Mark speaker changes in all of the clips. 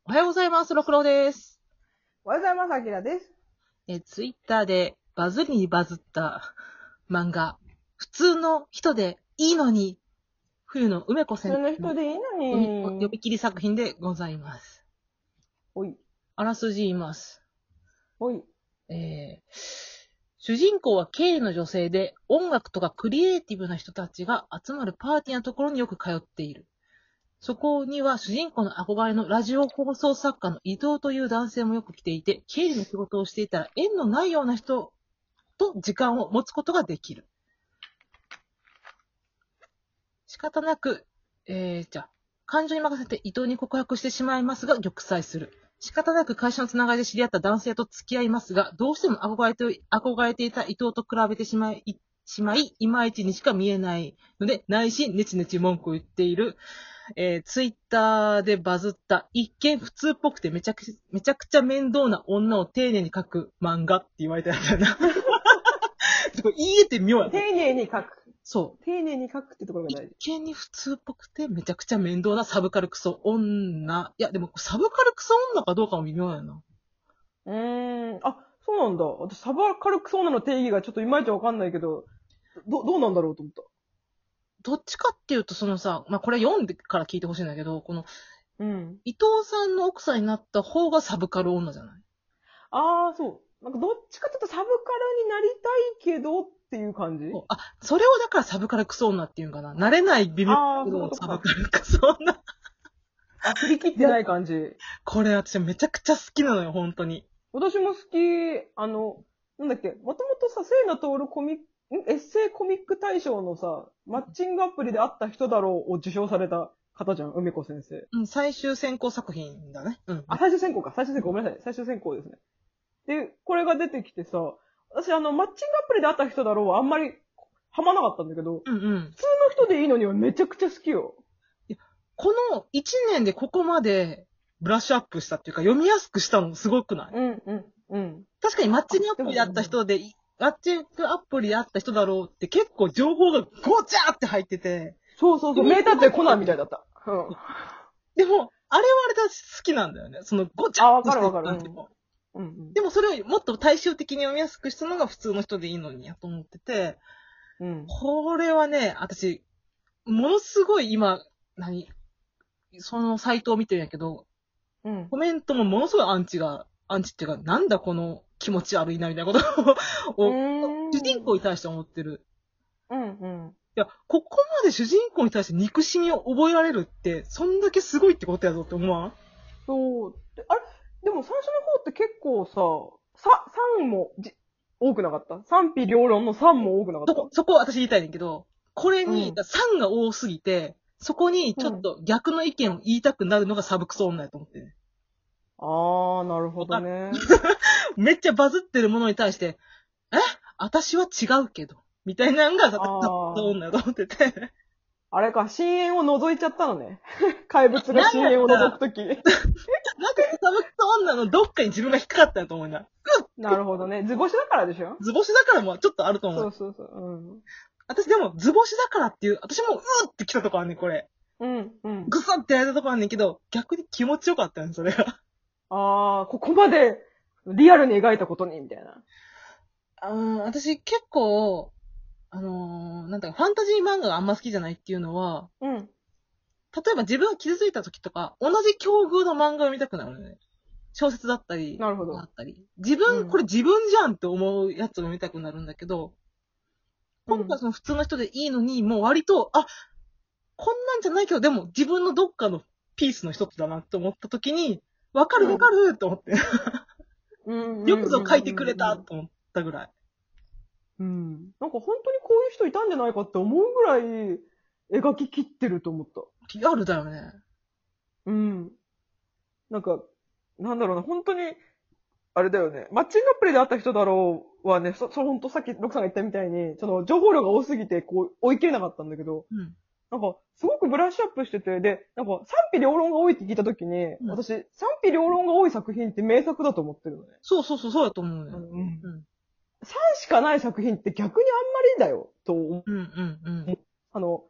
Speaker 1: おはようございます。ろくろです。
Speaker 2: おはようございます。あきらです。
Speaker 1: ツイッターでバズりにバズった漫画、普通の人でいいのに、冬の梅子先
Speaker 2: 普通の
Speaker 1: 生の
Speaker 2: 人でいいの
Speaker 1: 読
Speaker 2: に。
Speaker 1: み切り作品でございます。
Speaker 2: おい、
Speaker 1: あらすじ言います。
Speaker 2: おい。
Speaker 1: 主人公は経営の女性で、音楽とかクリエイティブな人たちが集まるパーティーのところによく通っている。そこには主人公の憧れのラジオ放送作家の伊藤という男性もよく来ていて、経理の仕事をしていたら縁のないような人と時間を持つことができる。仕方なく、感情に任せて伊藤に告白してしまいますが、玉砕する。仕方なく会社のつながりで知り合った男性と付き合いますが、どうしても憧れていた伊藤と比べてしまい、いまいちにしか見えないので、内心ネチネチ文句を言っている。ツイッターでバズった一見普通っぽくてめちゃくちゃ面倒な女を丁寧に描く漫画って言われてたんだよな。これ言えて妙や。
Speaker 2: 丁寧に書く。
Speaker 1: そう。
Speaker 2: 丁寧に書くってところが大事。
Speaker 1: 一見に普通っぽくてめちゃくちゃ面倒なサブカルクソ女。いや、でもサブカルクソ女かどうかも微妙やな。
Speaker 2: あ、そうなんだ。私、サバカルクソーナの定義がちょっといまいちわかんないけど、どうなんだろうと思った。
Speaker 1: どっちかっていうと、これ読んでから聞いてほしいんだけど、
Speaker 2: うん。
Speaker 1: 伊藤さんの奥さんになった方がサブカル女じゃない？
Speaker 2: ああ、そう。なんかどっちかちょっとサブカルになりたいけどっていう感じ。
Speaker 1: それをだからサブカルクソ女っていうんかな。慣れない微妙なところをサブカルクソ女。
Speaker 2: 振り切ってない感じ。
Speaker 1: これ私めちゃくちゃ好きなのよ、本当に。
Speaker 2: 私も好き。なんだっけ、もともとさ、清野徹エッセイコミック大賞のさ、マッチングアプリで会った人だろうを受賞された方じゃん、梅子先生。
Speaker 1: うん、最終選考作品だね。うん。
Speaker 2: 最終選考か。最終選考、ごめんなさい。最終選考ですね。で、これが出てきてさ、私マッチングアプリで会った人だろうはあんまりハマなかったんだけど、
Speaker 1: うんうん。
Speaker 2: 普通の人でいいのにはめちゃくちゃ好きよ。
Speaker 1: この1年でここまでブラッシュアップしたっていうか、読みやすくしたのすごくない？
Speaker 2: うん。
Speaker 1: 確かにマッチングアプリで会った人で、マッチングアプリで会った人だろうって結構情報がごちゃーって入ってて。
Speaker 2: そう。名探偵コナンみたいだった。うん。
Speaker 1: でも、あれはあれで好きなんだよね。そのごちゃっとして
Speaker 2: わかる。
Speaker 1: でもそれをもっと大衆的に読みやすくしたのが普通の人でいいのにやと思ってて、これはね、私、ものすごい今、そのサイトを見てるんやけど、コメントもものすごいアンチっていうか、なんだこの気持ち悪いなみたいなことを、主人公に対して思ってる。いや、ここまで主人公に対して憎しみを覚えられるって、そんだけすごいってことやぞって思わん？
Speaker 2: そう。でも最初の方って結構さ、賛も多くなかった？賛否両論の賛も多くなかった？
Speaker 1: そこ私言いたいねんけど、これに賛が多すぎて、そこにちょっと逆の意見を言いたくなるのがサブクソ女やと思ってね。
Speaker 2: なるほどね。
Speaker 1: めっちゃバズってるものに対して、私は違うけど、みたいなのがサブクソ女やと思ってて。
Speaker 2: あれか、深淵を覗いちゃったのね。怪物が深淵を覗くとき。
Speaker 1: なんかサブクソ女のどっかに自分が引っかかったんやと思うな。
Speaker 2: なるほどね。図星だからでしょ？
Speaker 1: 図星だからもちょっとあると思う。
Speaker 2: そう。
Speaker 1: 私でも図星だからっていう、私もって来たとこあんねん、これ。ぐさってやれたとこあんねんけど、逆に気持ちよかったね、それが。
Speaker 2: ここまでリアルに描いたことに、みたいな。
Speaker 1: 私結構、ファンタジー漫画があんま好きじゃないっていうのは、例えば自分が傷ついた時とか、同じ境遇の漫画を見たくなるのね。小説だったり、
Speaker 2: なるほど。
Speaker 1: これ自分じゃんって思うやつを見たくなるんだけど、今回その普通の人でいいのに、もう割と、こんなんじゃないけど、でも自分のどっかのピースの一つだなって思った時に、わかるって思って。よくぞ書いてくれたと思ったぐらい。
Speaker 2: なんか本当にこういう人いたんじゃないかって思うぐらい描き切ってると思った。
Speaker 1: リアルだよね。
Speaker 2: なんか、なんだろうな、本当に、あれだよね。マッチングアプリで会った人だろうはね、本当さっきロクさんが言ったみたいに、情報量が多すぎて、追い切れなかったんだけど、なんか、すごくブラッシュアップしてて、で、なんか、賛否両論が多いって聞いたときに、私、賛否両論が多い作品って名作だと思ってるのね。
Speaker 1: そうだと思うね。
Speaker 2: 賛しかない作品って逆にあんまりだよ、と思う。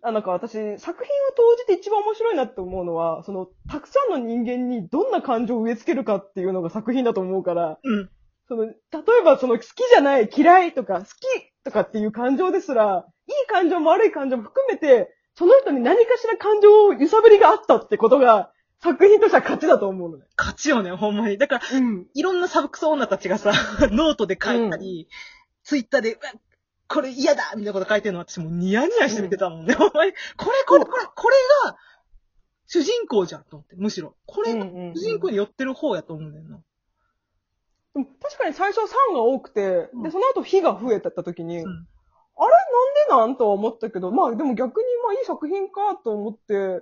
Speaker 2: なんか私、作品を通じて一番面白いなって思うのは、たくさんの人間にどんな感情を植え付けるかっていうのが作品だと思うから、
Speaker 1: うん。
Speaker 2: 例えば好きじゃない、嫌いとか、好きとかっていう感情ですら、いい感情も悪い感情も含めて、その人に何かしら感情を揺さぶりがあったってことが、作品としては勝ちだと思うのね。
Speaker 1: 勝ちよね、ほんまに。だから、いろんなサブクソ女たちがさ、ノートで書いたり、ツイッターで、これ嫌だみたいなこと書いてるの私もうニヤニヤして見てたもんね。ほんまに、これが、主人公じゃんと思って、むしろ。これが主人公に寄ってる方やと思うんだよな。
Speaker 2: でも確かに最初3が多くて、で、その後火が増えてった時に、あれなんでなんとは思ったけど、まあでも逆にまあいい作品かと思って、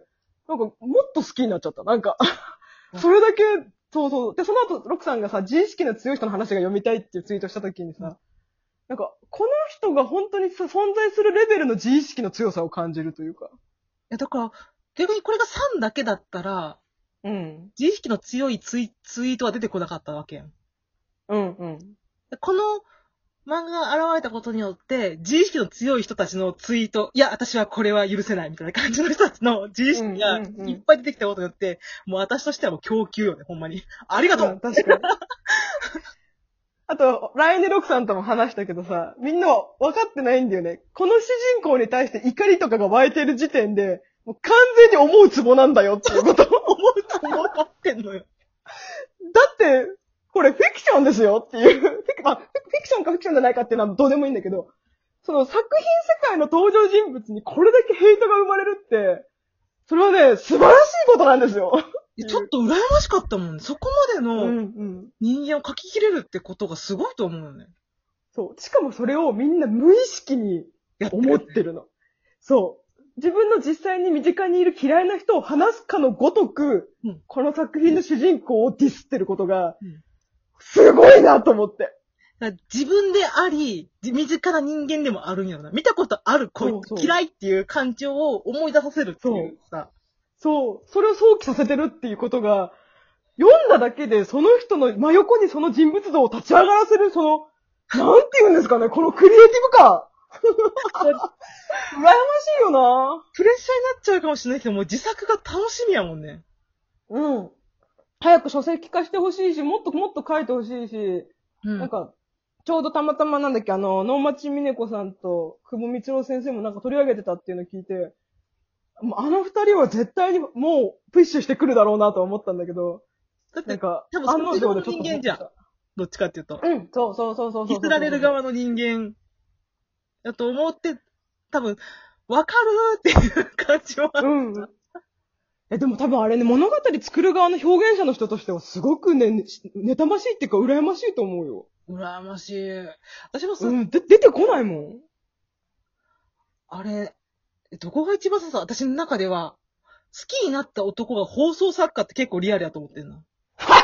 Speaker 2: なんかもっと好きになっちゃった。なんか、それだけ、そうそう。で、その後、ロクさんがさ、自意識の強い人の話が読みたいっていうツイートした時にさ、なんか、この人が本当に存在するレベルの自意識の強さを感じるというか。
Speaker 1: いや、だから、逆にこれが3だけだったら、自意識の強いツイートは出てこなかったわけやん。この漫画が現れたことによって、自意識の強い人たちのツイート、いや、私はこれは許せないみたいな感じの人たちの自意識がいっぱい出てきたことによって、もう私としてはもう供給よね、ほんまに。ありがとう、
Speaker 2: 確かに。あと、来年ロクさんとも話したけどさ、みんなは分かってないんだよね。この主人公に対して怒りとかが湧いてる時点で、もう完全に思うツボなんだよっていうことを
Speaker 1: 思うツボ分かってんのよ。
Speaker 2: だって、これフィクションですよっていう。フィクションかフィクションじゃないかっていうのはどうでもいいんだけど、その作品世界の登場人物にこれだけヘイトが生まれるって、それはね、素晴らしいことなんですよ。
Speaker 1: ちょっと羨ましかったもんね。そこまでの人間を書き切れるってことがすごいと思うよね。
Speaker 2: そう。しかもそれをみんな無意識に思ってるの。そう。自分の実際に身近にいる嫌いな人を話すかのごとく、この作品の主人公をディスってることが、すごいなと思って。
Speaker 1: 自分であり、身近な人間でもあるんやろな。見たことある子、嫌いっていう感情を思い出させるっていうさ。
Speaker 2: そう。それを想起させてるっていうことが、読んだだけでその人の真横にその人物像を立ち上がらせる、なんて言うんですかね、このクリエイティブ感。羨ましいよな。
Speaker 1: プレッシャーになっちゃうかもしれないけど、もう自作が楽しみやもんね。
Speaker 2: 早く書籍化してほしいし、もっともっと書いてほしいし、なんか、ちょうどたまたまなんだっけ、能町みね子さんと久保光郎先生もなんか取り上げてたっていうのを聞いて、あの二人は絶対にもうプッシュしてくるだろうなと思ったんだけど、
Speaker 1: だって、多分そっち側の人間じゃん。どっちかっていうと。
Speaker 2: そう。
Speaker 1: ディスられる側の人間だと思って、多分、わかるっていう感じは。
Speaker 2: でも多分あれね、物語作る側の表現者の人としてはすごくね、妬ましいっていうか羨ましいと思うよ。
Speaker 1: 羨ましい。私もさ、
Speaker 2: 出てこないもん。
Speaker 1: あれ、どこが一番さ、私の中では、好きになった男が放送作家って結構リアルやと思ってんな。わからん。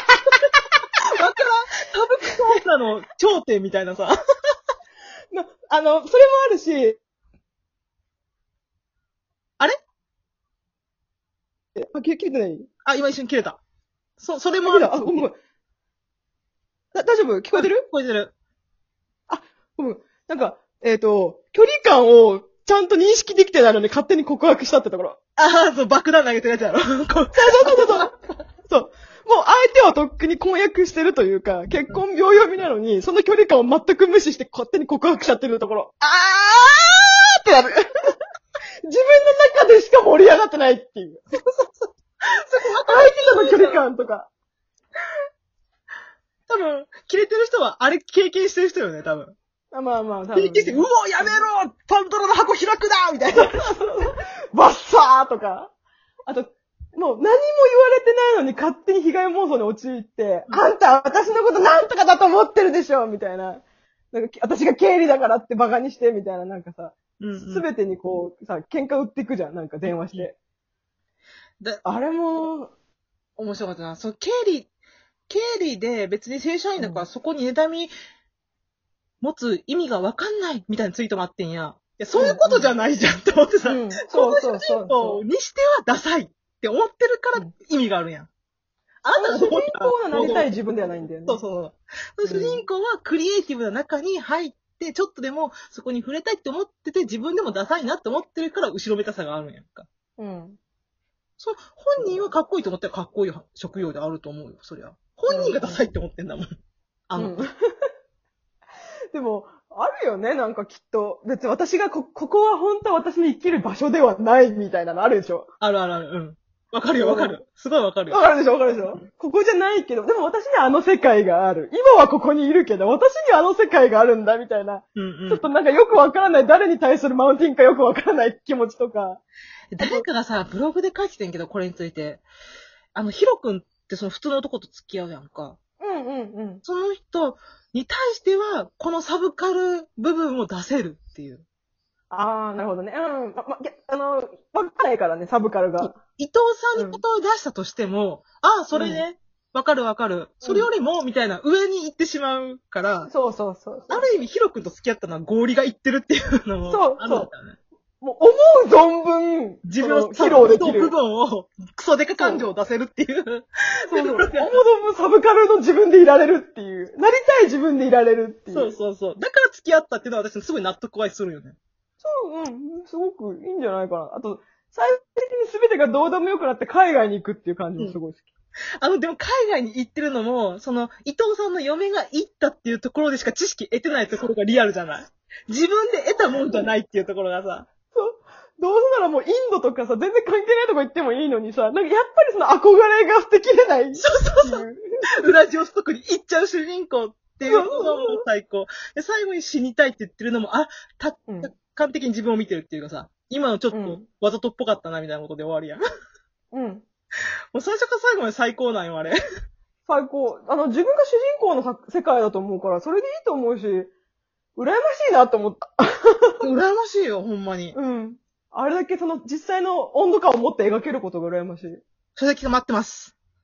Speaker 1: 歌舞伎ソ女の頂点みたいなさ。
Speaker 2: それもあるし、
Speaker 1: あれ
Speaker 2: 切れてない？
Speaker 1: 今一瞬切れた。それもある。
Speaker 2: ごめん。大丈夫？聞こえてる？
Speaker 1: 聞こえてる。
Speaker 2: ごめん。なんか、距離感をちゃんと認識できてないのに勝手に告白したってところ。
Speaker 1: そう、爆弾投げてるやつやろ。そう。もう相
Speaker 2: 手はとっくに婚約してるというか、結婚秒読みなのに、その距離感を全く無視して勝手に告白しちゃってるところ。ってなる。自分の中でしか盛り上がってないっていう。相手との距離感とか。
Speaker 1: 多分、キレてる人はあれ経験してる人よね、多分。
Speaker 2: まあ、多分。
Speaker 1: 経験して、うおやめろパンドラの箱開くなみたいな。
Speaker 2: バッサーとか。あと、もう何も言われてないのに勝手に被害妄想に陥って、あんた私のことなんとかだと思ってるでしょみたいな。なんか私が経理だからってバカにして、みたいな、なんかさ、すべてにこう、さ、喧嘩売っていくじゃん、なんか電話して。あれも、
Speaker 1: 面白かったな。そう、経理で別に正社員だからそこに妬み持つ意味がわかんないみたいなツイートもあってんや。いや、そういうことじゃないじゃんって思ってさ、この主人公にしてはダサいって思ってるから意味があるやん。
Speaker 2: あなたの主人公がなりたい自分ではないんだよね。
Speaker 1: そう。主人公はクリエイティブな中に入って、ちょっとでもそこに触れたいって思ってて、自分でもダサいなって思ってるから、後ろめたさがあるんやんか。
Speaker 2: うん。
Speaker 1: 本人はかっこいいと思ったらかっこいい職業であると思うよ、そりゃ。本人がダサいって思ってんだもん。
Speaker 2: でも、あるよね、なんかきっと。別に私がここは本当は私の生きる場所ではないみたいなのあるでしょ。
Speaker 1: あるあるある。うん。わかるよ、わかる。すごいわかるよ。
Speaker 2: わかるでしょ、わかるでしょ。ここじゃないけど、でも私にはあの世界がある。今はここにいるけど、私にはあの世界があるんだ、みたいな。ちょっとなんかよくわからない、誰に対するマウンティンかよくわからない気持ちとか。
Speaker 1: 誰かがさ、ブログで書いててんけど、これについて。ヒロ君ってその普通の男と付き合うやんか。その人に対しては、このサブカル部分を出せるっていう。
Speaker 2: ああ、なるほどね。わかんないからね、サブカルが。
Speaker 1: 伊藤さんにことを出したとしても、それね、わかるわかる。それよりも、みたいな、上に行ってしまうから、
Speaker 2: そう。
Speaker 1: ある意味、ヒロ君と付き合ったのは合理が行ってるっていうのもあるんだよね。
Speaker 2: もう思う存分、
Speaker 1: 自分の
Speaker 2: 披露できる。
Speaker 1: 部分を、クソデカ感情を出せるっていう。
Speaker 2: 思う存分サブカルの自分でいられるっていう。なりたい自分でいられるっていう。
Speaker 1: そう。だから付き合ったっていうのは私すごい納得はするよね。
Speaker 2: すごくいいんじゃないかな。あと、最終的に全てがどうでもよくなって海外に行くっていう感じもすごい好き。
Speaker 1: でも海外に行ってるのも、伊藤さんの嫁が行ったっていうところでしか知識得てないところがリアルじゃない？自分で得たもんじゃないっていうところがさ。
Speaker 2: どうせならもうインドとかさ、全然関係ないとこ行ってもいいのにさ、なんかやっぱりその憧れが捨てきれない。
Speaker 1: そう。ウラジオストクに行っちゃう主人公っていうのがもう最高。で、最後に死にたいって言ってるのも、完璧に自分を見てるっていうかさ、今のちょっとわざとっぽかったなみたいなことで終わりやん。もう最初から最後まで最高なんよ、あれ。
Speaker 2: 最高。自分が主人公の世界だと思うから、それでいいと思うし、羨ましいなと思った。
Speaker 1: 羨ましいよ、ほんまに。
Speaker 2: あれだけ実際の温度感を持って描けることが羨ましい。
Speaker 1: それだけが待ってます。